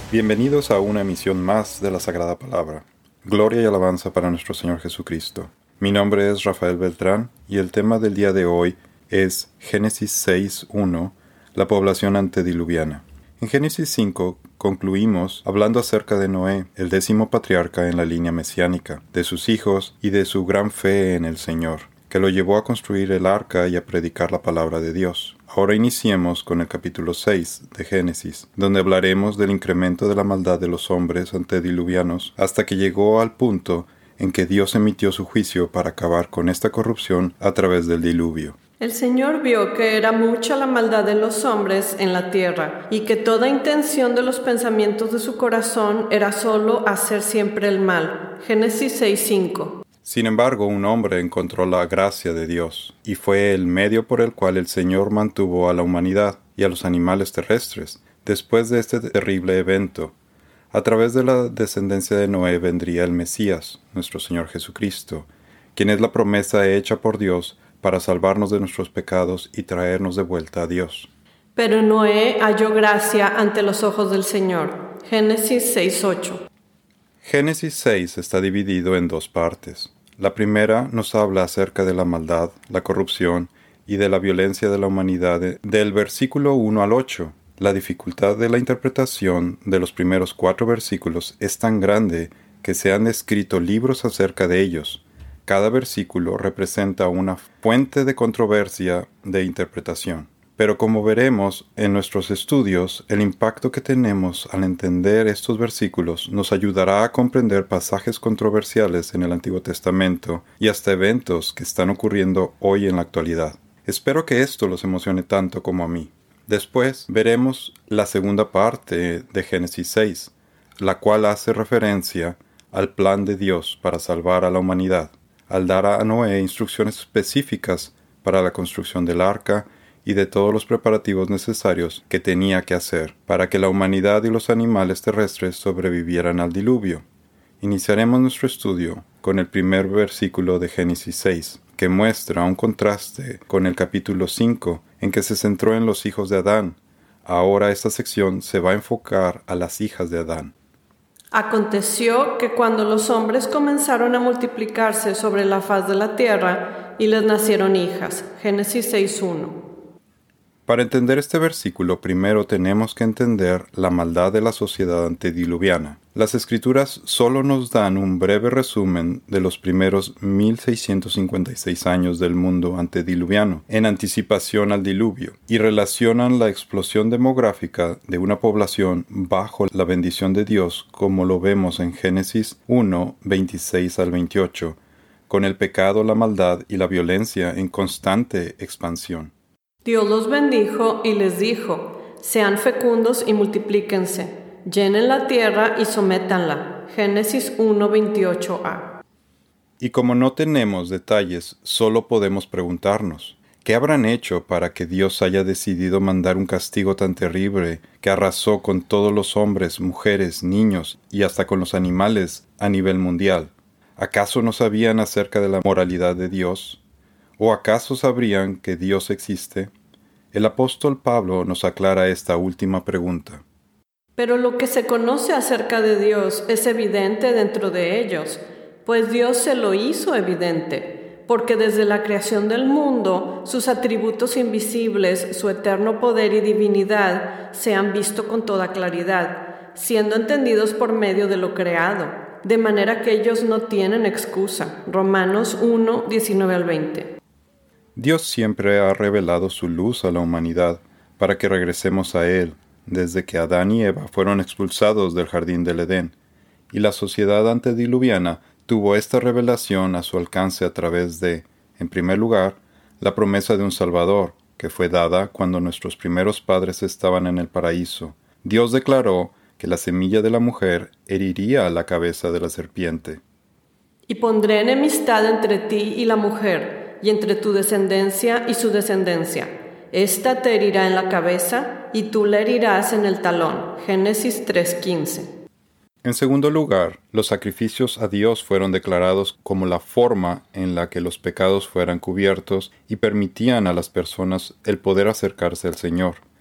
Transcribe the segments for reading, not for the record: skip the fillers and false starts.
Bienvenidos a una emisión más de la Sagrada Palabra. Gloria y alabanza para nuestro Señor Jesucristo. Mi nombre es Rafael Beltrán y el tema del día de hoy es Génesis 6:1, la población antediluviana. En Génesis 5 concluimos hablando acerca de Noé, el 10º patriarca en la línea mesiánica, de sus hijos y de su gran fe en el Señor, que lo llevó a construir el arca y a predicar la palabra de Dios. Ahora iniciemos con el capítulo 6 de Génesis, donde hablaremos del incremento de la maldad de los hombres antediluvianos hasta que llegó al punto en que Dios emitió su juicio para acabar con esta corrupción a través del diluvio. El Señor vio que era mucha la maldad de los hombres en la tierra, y que toda intención de los pensamientos de su corazón era solo hacer siempre el mal. Génesis 6:5. Sin embargo, un hombre encontró la gracia de Dios, y fue el medio por el cual el Señor mantuvo a la humanidad y a los animales terrestres, después de este terrible evento. A través de la descendencia de Noé vendría el Mesías, nuestro Señor Jesucristo, quien es la promesa hecha por Dios para salvarnos de nuestros pecados y traernos de vuelta a Dios. Pero Noé halló gracia ante los ojos del Señor. Génesis 6:8. Génesis 6 está dividido en dos partes. La primera nos habla acerca de la maldad, la corrupción y de la violencia de la humanidad del versículo 1 al 8. La dificultad de la interpretación de los primeros 4 versículos es tan grande que se han escrito libros acerca de ellos. Cada versículo representa una fuente de controversia de interpretación. Pero como veremos en nuestros estudios, el impacto que tenemos al entender estos versículos nos ayudará a comprender pasajes controversiales en el Antiguo Testamento y hasta eventos que están ocurriendo hoy en la actualidad. Espero que esto los emocione tanto como a mí. Después veremos la segunda parte de Génesis 6, la cual hace referencia al plan de Dios para salvar a la humanidad, al dar a Noé instrucciones específicas para la construcción del arca y de todos los preparativos necesarios que tenía que hacer para que la humanidad y los animales terrestres sobrevivieran al diluvio. Iniciaremos nuestro estudio con el primer versículo de Génesis 6, que muestra un contraste con el capítulo 5, en que se centró en los hijos de Adán. Ahora esta sección se va a enfocar a las hijas de Adán. Aconteció que cuando los hombres comenzaron a multiplicarse sobre la faz de la tierra, y les nacieron hijas. Génesis 6:1. Para entender este versículo, primero tenemos que entender la maldad de la sociedad antediluviana. Las Escrituras solo nos dan un breve resumen de los primeros 1656 años del mundo antediluviano, en anticipación al diluvio, y relacionan la explosión demográfica de una población bajo la bendición de Dios, como lo vemos en Génesis 1, 26 al 28, con el pecado, la maldad y la violencia en constante expansión. Dios los bendijo y les dijo: sean fecundos y multiplíquense, llenen la tierra y sométanla. Génesis 1:28a. Y como no tenemos detalles, solo podemos preguntarnos, ¿qué habrán hecho para que Dios haya decidido mandar un castigo tan terrible que arrasó con todos los hombres, mujeres, niños y hasta con los animales a nivel mundial? ¿Acaso no sabían acerca de la moralidad de Dios? ¿O acaso sabrían que Dios existe? El apóstol Pablo nos aclara esta última pregunta. Pero lo que se conoce acerca de Dios es evidente dentro de ellos, pues Dios se lo hizo evidente, porque desde la creación del mundo, sus atributos invisibles, su eterno poder y divinidad se han visto con toda claridad, siendo entendidos por medio de lo creado, de manera que ellos no tienen excusa. Romanos 1, 19 al 20. Dios siempre ha revelado su luz a la humanidad para que regresemos a Él, desde que Adán y Eva fueron expulsados del jardín del Edén, y la sociedad antediluviana tuvo esta revelación a su alcance a través de, en primer lugar, la promesa de un Salvador, que fue dada cuando nuestros primeros padres estaban en el paraíso. Dios declaró que la semilla de la mujer heriría a la cabeza de la serpiente. Y pondré enemistad entre ti y la mujer, y entre tu descendencia y su descendencia. Esta te herirá en la cabeza, y tú la herirás en el talón. Génesis 3:15. En segundo lugar, los sacrificios a Dios fueron declarados como la forma en la que los pecados fueran cubiertos y permitían a las personas el poder acercarse al Señor.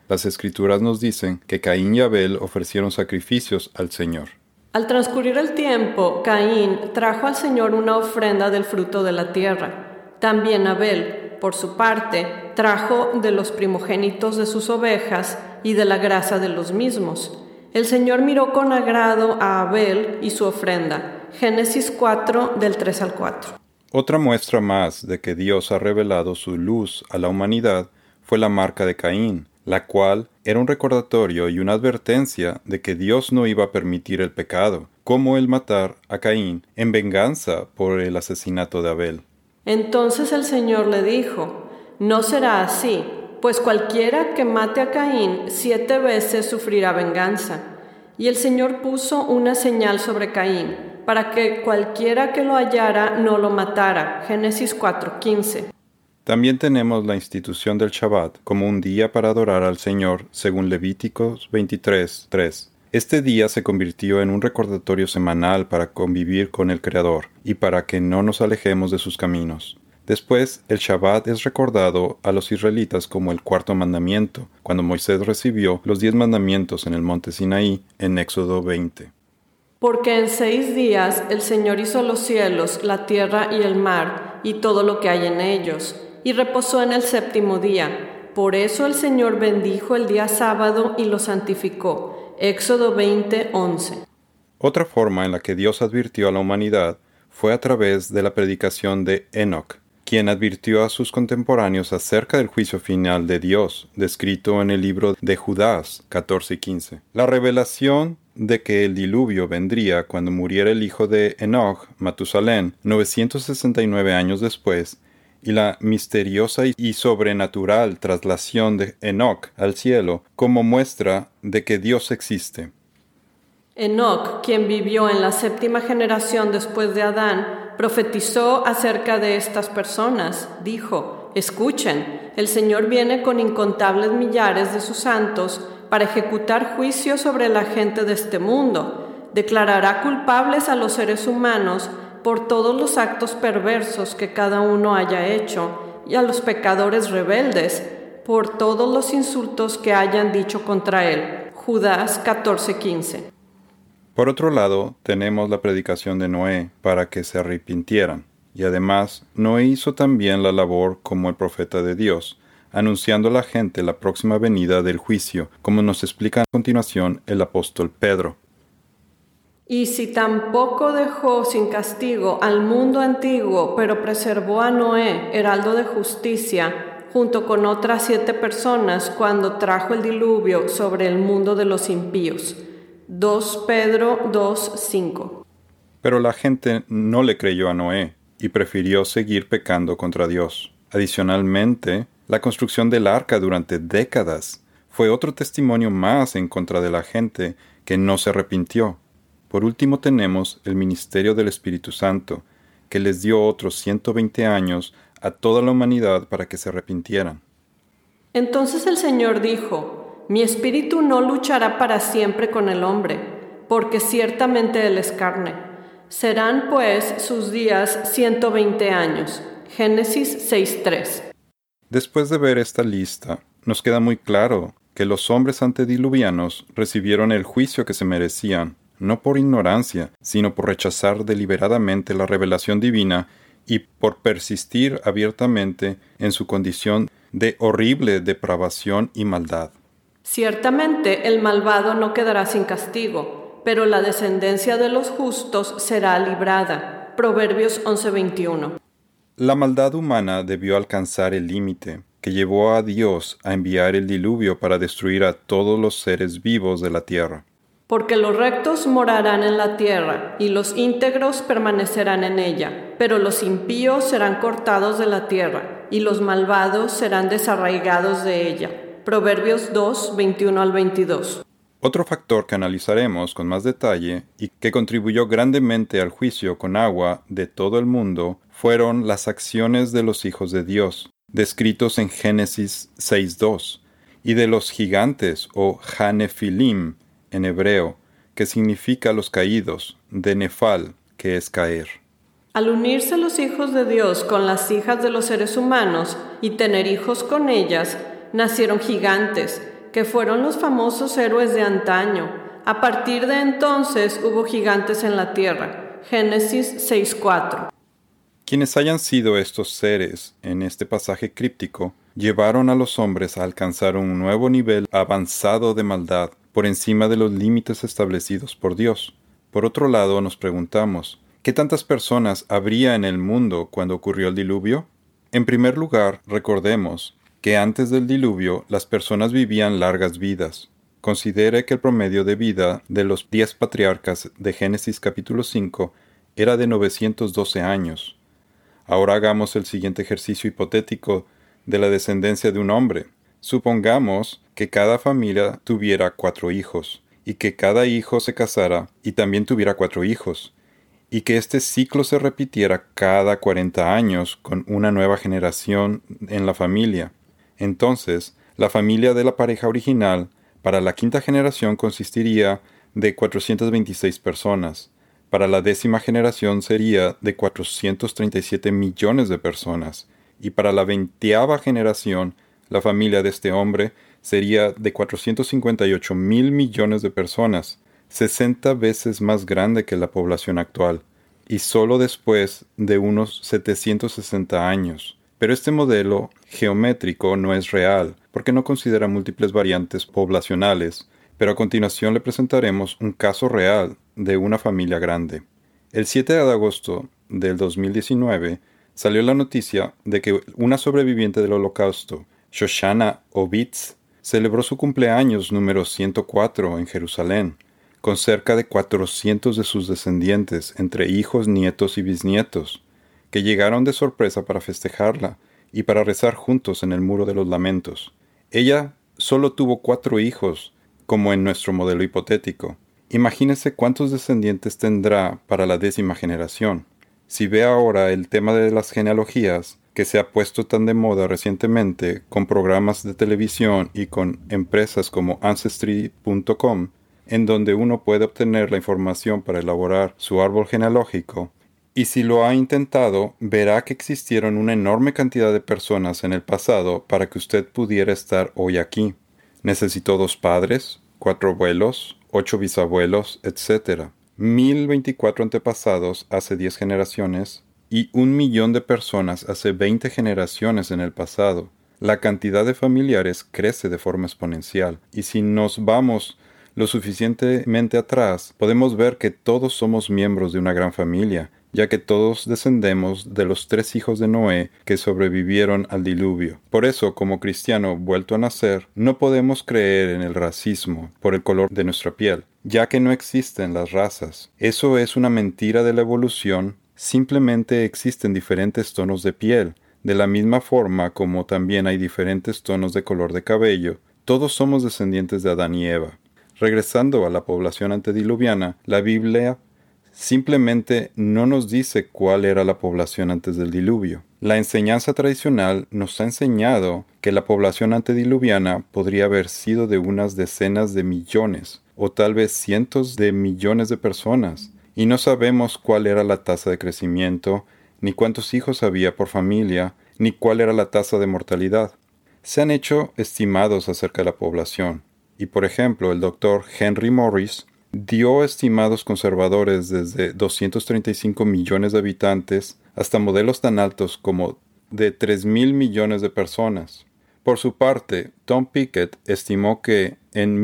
Las Escrituras nos dicen que Caín y Abel ofrecieron sacrificios al Señor. Al transcurrir el tiempo, Caín trajo al Señor una ofrenda del fruto de la tierra. También Abel, por su parte, trajo de los primogénitos de sus ovejas y de la grasa de los mismos. El Señor miró con agrado a Abel y su ofrenda. Génesis 4, del 3 al 4. Otra muestra más de que Dios ha revelado su luz a la humanidad fue la marca de Caín, la cual era un recordatorio y una advertencia de que Dios no iba a permitir el pecado, como el matar a Caín en venganza por el asesinato de Abel. Entonces el Señor le dijo: no será así, pues cualquiera que mate a Caín 7 veces sufrirá venganza. Y el Señor puso una señal sobre Caín, para que cualquiera que lo hallara no lo matara. Génesis 4:15. También tenemos la institución del Shabbat como un día para adorar al Señor, según Levíticos 23:3. Este día se convirtió en un recordatorio semanal para convivir con el Creador y para que no nos alejemos de sus caminos. Después, el Shabbat es recordado a los israelitas como el 4º mandamiento, cuando Moisés recibió los 10 mandamientos en el monte Sinaí, en Éxodo 20. Porque en 6 días el Señor hizo los cielos, la tierra y el mar, y todo lo que hay en ellos, y reposó en el 7º día. Por eso el Señor bendijo el día sábado y lo santificó. Éxodo 20:11. Otra forma en la que Dios advirtió a la humanidad fue a través de la predicación de Enoc, quien advirtió a sus contemporáneos acerca del juicio final de Dios, descrito en el libro de Judas 14:15. La revelación de que el diluvio vendría cuando muriera el hijo de Enoc, Matusalén, 969 años después, y la misteriosa y sobrenatural traslación de Enoc al cielo como muestra de que Dios existe. Enoc, quien vivió en la 7ª generación después de Adán, profetizó acerca de estas personas. Dijo: escuchen, el Señor viene con incontables millares de sus santos para ejecutar juicio sobre la gente de este mundo. Declarará culpables a los seres humanos por todos los actos perversos que cada uno haya hecho, y a los pecadores rebeldes por todos los insultos que hayan dicho contra él. Judas 14:15. Por otro lado, tenemos la predicación de Noé para que se arrepintieran, y además Noé hizo también la labor como el profeta de Dios, anunciando a la gente la próxima venida del juicio, como nos explica a continuación el apóstol Pedro. Y si tampoco dejó sin castigo al mundo antiguo, pero preservó a Noé, heraldo de justicia, junto con otras 7 personas, cuando trajo el diluvio sobre el mundo de los impíos. 2 Pedro 2:5. Pero la gente no le creyó a Noé y prefirió seguir pecando contra Dios. Adicionalmente, la construcción del arca durante décadas fue otro testimonio más en contra de la gente que no se arrepintió. Por último tenemos el ministerio del Espíritu Santo, que les dio otros 120 años a toda la humanidad para que se arrepintieran. Entonces el Señor dijo: mi espíritu no luchará para siempre con el hombre, porque ciertamente él es carne. Serán pues sus días 120 años. Génesis 6:3. Después de ver esta lista, nos queda muy claro que los hombres antediluvianos recibieron el juicio que se merecían, no por ignorancia, sino por rechazar deliberadamente la revelación divina y por persistir abiertamente en su condición de horrible depravación y maldad. Ciertamente el malvado no quedará sin castigo, pero la descendencia de los justos será librada. Proverbios 11:21. La maldad humana debió alcanzar el límite que llevó a Dios a enviar el diluvio para destruir a todos los seres vivos de la tierra. Porque los rectos morarán en la tierra, y los íntegros permanecerán en ella, pero los impíos serán cortados de la tierra, y los malvados serán desarraigados de ella. Proverbios 2:21-22. Otro factor que analizaremos con más detalle y que contribuyó grandemente al juicio con agua de todo el mundo fueron las acciones de los hijos de Dios, descritos en Génesis 6:2, y de los gigantes o Hanefilim en hebreo, que significa los caídos, de Nefal, que es caer. Al unirse los hijos de Dios con las hijas de los seres humanos y tener hijos con ellas, nacieron gigantes, que fueron los famosos héroes de antaño. A partir de entonces hubo gigantes en la tierra. Génesis 6:4. Quienes hayan sido estos seres en este pasaje críptico llevaron a los hombres a alcanzar un nuevo nivel avanzado de maldad por encima de los límites establecidos por Dios. Por otro lado, nos preguntamos, ¿qué tantas personas habría en el mundo cuando ocurrió el diluvio? En primer lugar, recordemos que antes del diluvio las personas vivían largas vidas. Considere que el promedio de vida de los 10 patriarcas de Génesis capítulo 5 era de 912 años. Ahora hagamos el siguiente ejercicio hipotético de la descendencia de un hombre. Supongamos que cada familia tuviera 4 hijos, y que cada hijo se casara y también tuviera 4 hijos, y que este ciclo se repitiera cada 40 años con una nueva generación en la familia. Entonces, la familia de la pareja original para la 5ª generación consistiría de 426 personas. Para la 10ª generación sería de 437 millones de personas, y para la 20ª generación, la familia de este hombre sería de 458 mil millones de personas, 60 veces más grande que la población actual, y solo después de unos 760 años. Pero este modelo geométrico no es real, porque no considera múltiples variantes poblacionales, pero a continuación le presentaremos un caso real de una familia grande. El 7 de agosto del 2019 salió la noticia de que una sobreviviente del Holocausto, Shoshana Ovitz, celebró su cumpleaños número 104 en Jerusalén, con cerca de 400 de sus descendientes, entre hijos, nietos y bisnietos, que llegaron de sorpresa para festejarla y para rezar juntos en el Muro de los Lamentos. Ella solo tuvo 4 hijos, como en nuestro modelo hipotético. Imagínese cuántos descendientes tendrá para la 10ª generación. Si ve ahora el tema de las genealogías, que se ha puesto tan de moda recientemente con programas de televisión y con empresas como Ancestry.com, en donde uno puede obtener la información para elaborar su árbol genealógico, y si lo ha intentado, verá que existieron una enorme cantidad de personas en el pasado para que usted pudiera estar hoy aquí. Necesitó 2 padres, 4 abuelos, 8 bisabuelos, etc. 1024 antepasados hace 10 generaciones y 1.000.000 de personas hace 20 generaciones en el pasado. La cantidad de familiares crece de forma exponencial, y si nos vamos lo suficientemente atrás, podemos ver que todos somos miembros de una gran familia, ya que todos descendemos de los 3 hijos de Noé que sobrevivieron al diluvio. Por eso, como cristiano vuelto a nacer, no podemos creer en el racismo por el color de nuestra piel, ya que no existen las razas. Eso es una mentira de la evolución. Simplemente existen diferentes tonos de piel, de la misma forma como también hay diferentes tonos de color de cabello. Todos somos descendientes de Adán y Eva. Regresando a la población antediluviana, la Biblia simplemente no nos dice cuál era la población antes del diluvio. La enseñanza tradicional nos ha enseñado que la población antediluviana podría haber sido de unas decenas de millones, o tal vez cientos de millones de personas, y no sabemos cuál era la tasa de crecimiento, ni cuántos hijos había por familia, ni cuál era la tasa de mortalidad. Se han hecho estimados acerca de la población, y por ejemplo el Dr. Henry Morris dio estimados conservadores desde 235 millones de habitantes hasta modelos tan altos como de 3.000 millones de personas. Por su parte, Tom Pickett estimó que en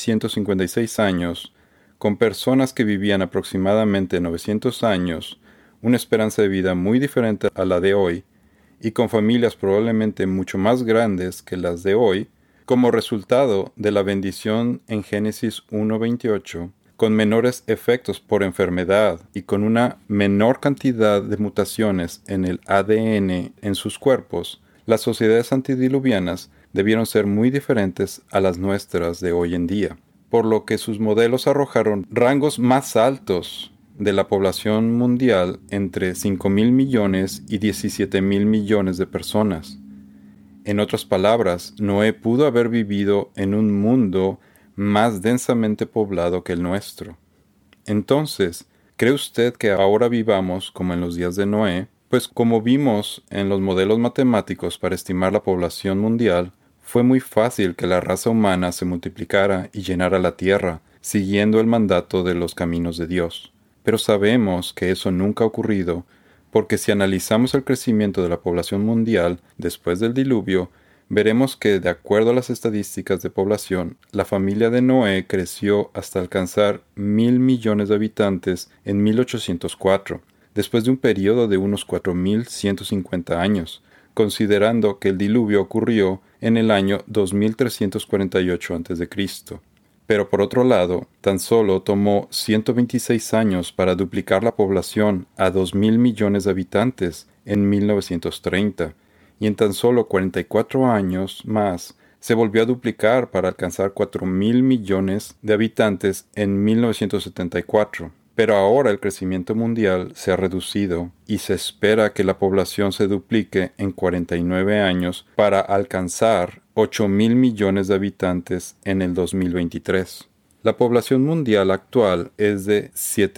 1656 años, con personas que vivían aproximadamente 900 años, una esperanza de vida muy diferente a la de hoy, y con familias probablemente mucho más grandes que las de hoy, como resultado de la bendición en Génesis 1:28, con menores efectos por enfermedad y con una menor cantidad de mutaciones en el ADN en sus cuerpos, las sociedades antediluvianas debieron ser muy diferentes a las nuestras de hoy en día, por lo que sus modelos arrojaron rangos más altos de la población mundial entre 5.000 millones y 17.000 millones de personas. En otras palabras, Noé pudo haber vivido en un mundo más densamente poblado que el nuestro. Entonces, ¿cree usted que ahora vivamos como en los días de Noé? Pues como vimos en los modelos matemáticos para estimar la población mundial, Fue muy fácil que la raza humana se multiplicara y llenara la tierra, siguiendo el mandato de los caminos de Dios. Pero sabemos que eso nunca ha ocurrido, porque si analizamos el crecimiento de la población mundial después del diluvio, veremos que, de acuerdo a las estadísticas de población, la familia de Noé creció hasta alcanzar 1.000 millones de habitantes en 1804, después de un periodo de unos 4.150 años, considerando que el diluvio ocurrió en el año 2348 a.C. Pero por otro lado, tan solo tomó 126 años para duplicar la población a 2.000 millones de habitantes en 1930, y en tan solo 44 años más se volvió a duplicar para alcanzar 4.000 millones de habitantes en 1974. Pero ahora el crecimiento mundial se ha reducido y se espera que la población se duplique en 49 años para alcanzar 8.000 millones de habitantes en el 2023. La población mundial actual es de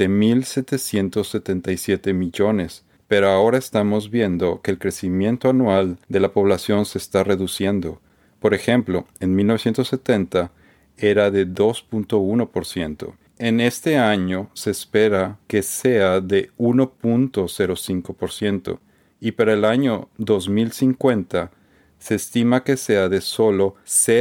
7.777 millones, pero ahora estamos viendo que el crecimiento anual de la población se está reduciendo. Por ejemplo, en 1970 era de 2.1%. En este año se espera que sea de 1.05% y para el año 2050 se estima que sea de solo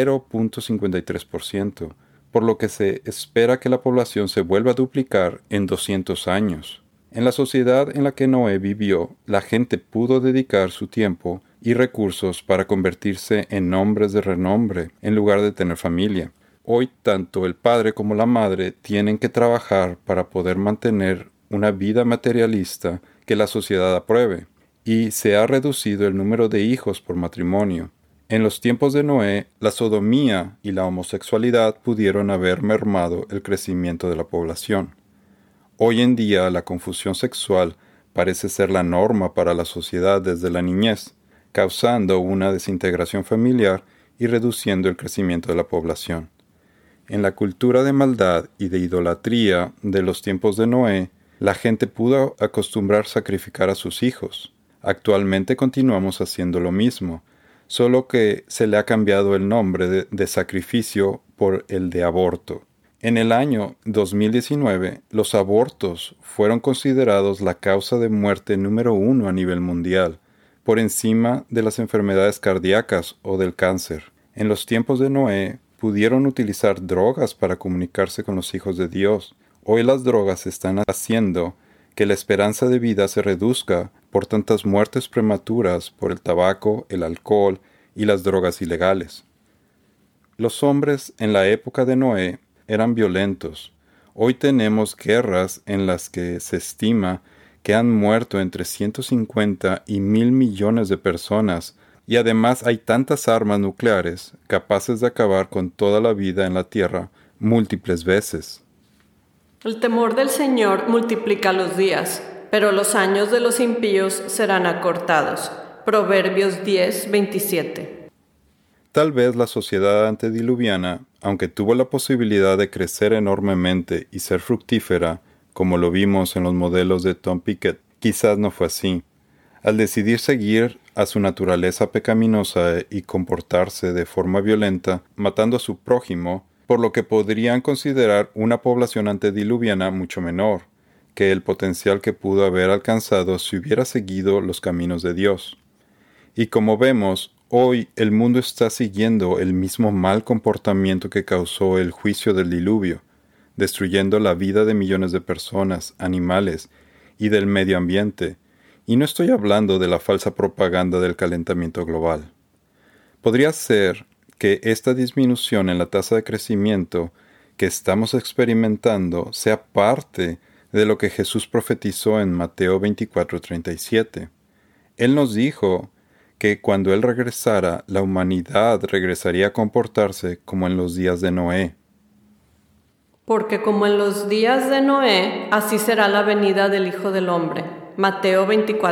0.53%, por lo que se espera que la población se vuelva a duplicar en 200 años. En la sociedad en la que Noé vivió, la gente pudo dedicar su tiempo y recursos para convertirse en hombres de renombre en lugar de tener familia. Hoy tanto el padre como la madre tienen que trabajar para poder mantener una vida materialista que la sociedad apruebe, y se ha reducido el número de hijos por matrimonio. En los tiempos de Noé, la sodomía y la homosexualidad pudieron haber mermado el crecimiento de la población. Hoy en día la confusión sexual parece ser la norma para la sociedad desde la niñez, causando una desintegración familiar y reduciendo el crecimiento de la población. En la cultura de maldad y de idolatría de los tiempos de Noé, la gente pudo acostumbrar sacrificar a sus hijos. Actualmente continuamos haciendo lo mismo, solo que se le ha cambiado el nombre de sacrificio por el de aborto. En el año 2019, los abortos fueron considerados la causa de muerte número 1 a nivel mundial, por encima de las enfermedades cardíacas o del cáncer. En los tiempos de Noé, pudieron utilizar drogas para comunicarse con los hijos de Dios. Hoy las drogas están haciendo que la esperanza de vida se reduzca por tantas muertes prematuras por el tabaco, el alcohol y las drogas ilegales. Los hombres en la época de Noé eran violentos. Hoy tenemos guerras en las que se estima que han muerto entre 150 y 1.000 millones de personas, y además hay tantas armas nucleares capaces de acabar con toda la vida en la Tierra múltiples veces. El temor del Señor multiplica los días, pero los años de los impíos serán acortados. Proverbios 10:27. Tal vez la sociedad antediluviana, aunque tuvo la posibilidad de crecer enormemente y ser fructífera, como lo vimos en los modelos de Tom Pickett, quizás no fue así. Al decidir seguir a su naturaleza pecaminosa y comportarse de forma violenta, matando a su prójimo, por lo que podrían considerar una población antediluviana mucho menor que el potencial que pudo haber alcanzado si hubiera seguido los caminos de Dios. Y como vemos, hoy el mundo está siguiendo el mismo mal comportamiento que causó el juicio del diluvio, destruyendo la vida de millones de personas, animales y del medio ambiente. Y no estoy hablando de la falsa propaganda del calentamiento global. Podría ser que esta disminución en la tasa de crecimiento que estamos experimentando sea parte de lo que Jesús profetizó en Mateo 24:37. Él nos dijo que cuando Él regresara, la humanidad regresaría a comportarse como en los días de Noé. Porque como en los días de Noé, así será la venida del Hijo del Hombre. Mateo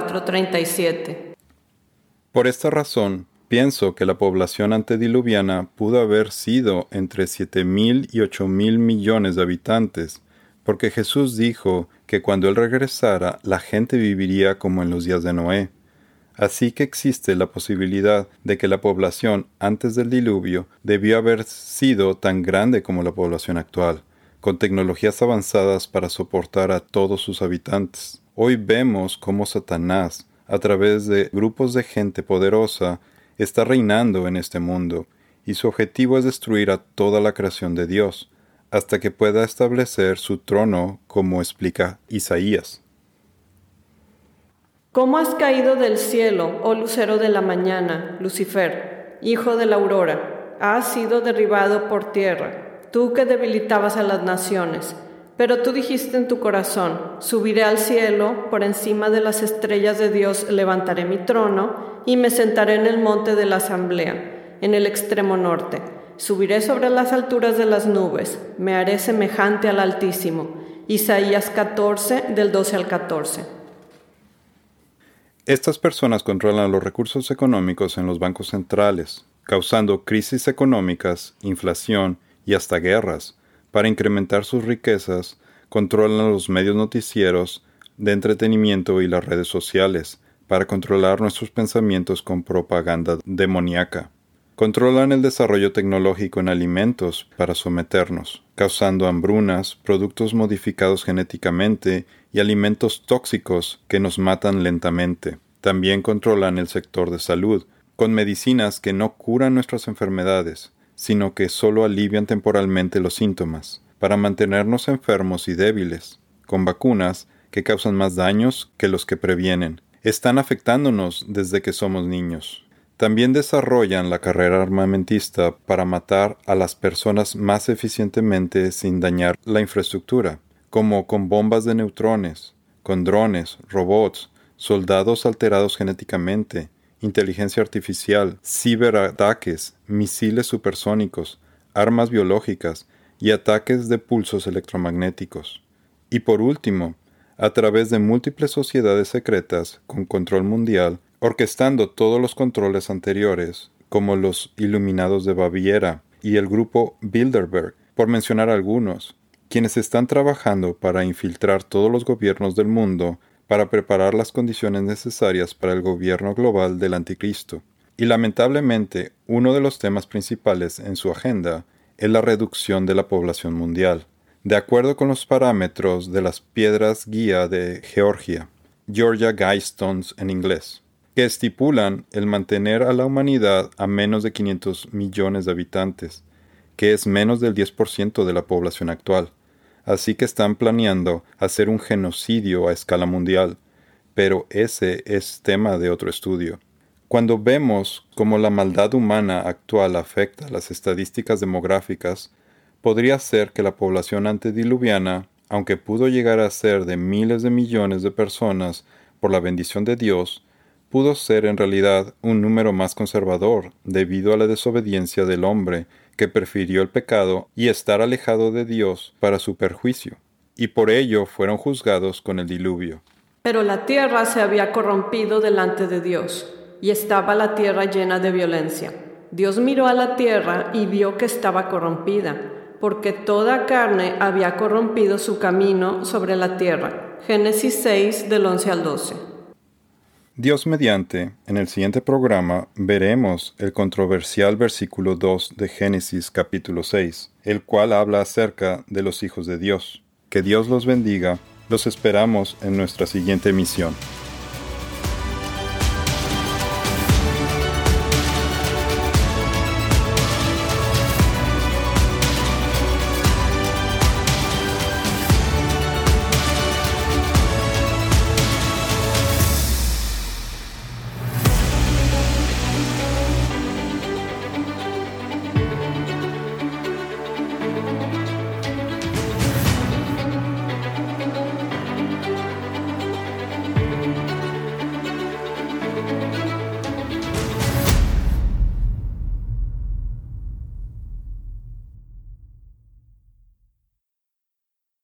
24:37. Por esta razón, pienso que la población antediluviana pudo haber sido entre 7.000 y 8.000 millones de habitantes, porque Jesús dijo que cuando Él regresara, la gente viviría como en los días de Noé. Así que existe la posibilidad de que la población antes del diluvio debió haber sido tan grande como la población actual, con tecnologías avanzadas para soportar a todos sus habitantes. Hoy vemos cómo Satanás, a través de grupos de gente poderosa, está reinando en este mundo, y su objetivo es destruir a toda la creación de Dios, hasta que pueda establecer su trono, como explica Isaías. ¿Cómo has caído del cielo, oh lucero de la mañana, Lucifer, hijo de la aurora? Has sido derribado por tierra, tú que debilitabas a las naciones. Pero tú dijiste en tu corazón, subiré al cielo, por encima de las estrellas de Dios levantaré mi trono, y me sentaré en el monte de la asamblea, en el extremo norte. Subiré sobre las alturas de las nubes, me haré semejante al Altísimo. Isaías 14, del 12 al 14. Estas personas controlan los recursos económicos en los bancos centrales, causando crisis económicas, inflación y hasta guerras. Para incrementar sus riquezas, controlan los medios noticieros de entretenimiento y las redes sociales, para controlar nuestros pensamientos con propaganda demoníaca. Controlan el desarrollo tecnológico en alimentos para someternos, causando hambrunas, productos modificados genéticamente y alimentos tóxicos que nos matan lentamente. También controlan el sector de salud, con medicinas que no curan nuestras enfermedades, sino que solo alivian temporalmente los síntomas, para mantenernos enfermos y débiles, con vacunas que causan más daños que los que previenen. Están afectándonos desde que somos niños. También desarrollan la carrera armamentista para matar a las personas más eficientemente sin dañar la infraestructura, como con bombas de neutrones, con drones, robots, soldados alterados genéticamente, inteligencia artificial, ciberataques, misiles supersónicos, armas biológicas y ataques de pulsos electromagnéticos. Y por último, a través de múltiples sociedades secretas con control mundial, orquestando todos los controles anteriores, como los Iluminados de Baviera y el grupo Bilderberg, por mencionar algunos, quienes están trabajando para infiltrar todos los gobiernos del mundo para preparar las condiciones necesarias para el gobierno global del Anticristo. Y lamentablemente, uno de los temas principales en su agenda es la reducción de la población mundial, de acuerdo con los parámetros de las piedras guía de Georgia, Georgia Guidestones en inglés, que estipulan el mantener a la humanidad a menos de 500 millones de habitantes, que es menos del 10% de la población actual. Así que están planeando hacer un genocidio a escala mundial, pero ese es tema de otro estudio. Cuando vemos cómo la maldad humana actual afecta las estadísticas demográficas, podría ser que la población antediluviana, aunque pudo llegar a ser de miles de millones de personas por la bendición de Dios, pudo ser en realidad un número más conservador debido a la desobediencia del hombre que prefirió el pecado y estar alejado de Dios para su perjuicio, y por ello fueron juzgados con el diluvio. Pero la tierra se había corrompido delante de Dios, y estaba la tierra llena de violencia. Dios miró a la tierra y vio que estaba corrompida, porque toda carne había corrompido su camino sobre la tierra. Génesis 6, del 11 al 12. Dios mediante, en el siguiente programa veremos el controversial versículo 2 de Génesis capítulo 6, el cual habla acerca de los hijos de Dios. Que Dios los bendiga, los esperamos en nuestra siguiente emisión.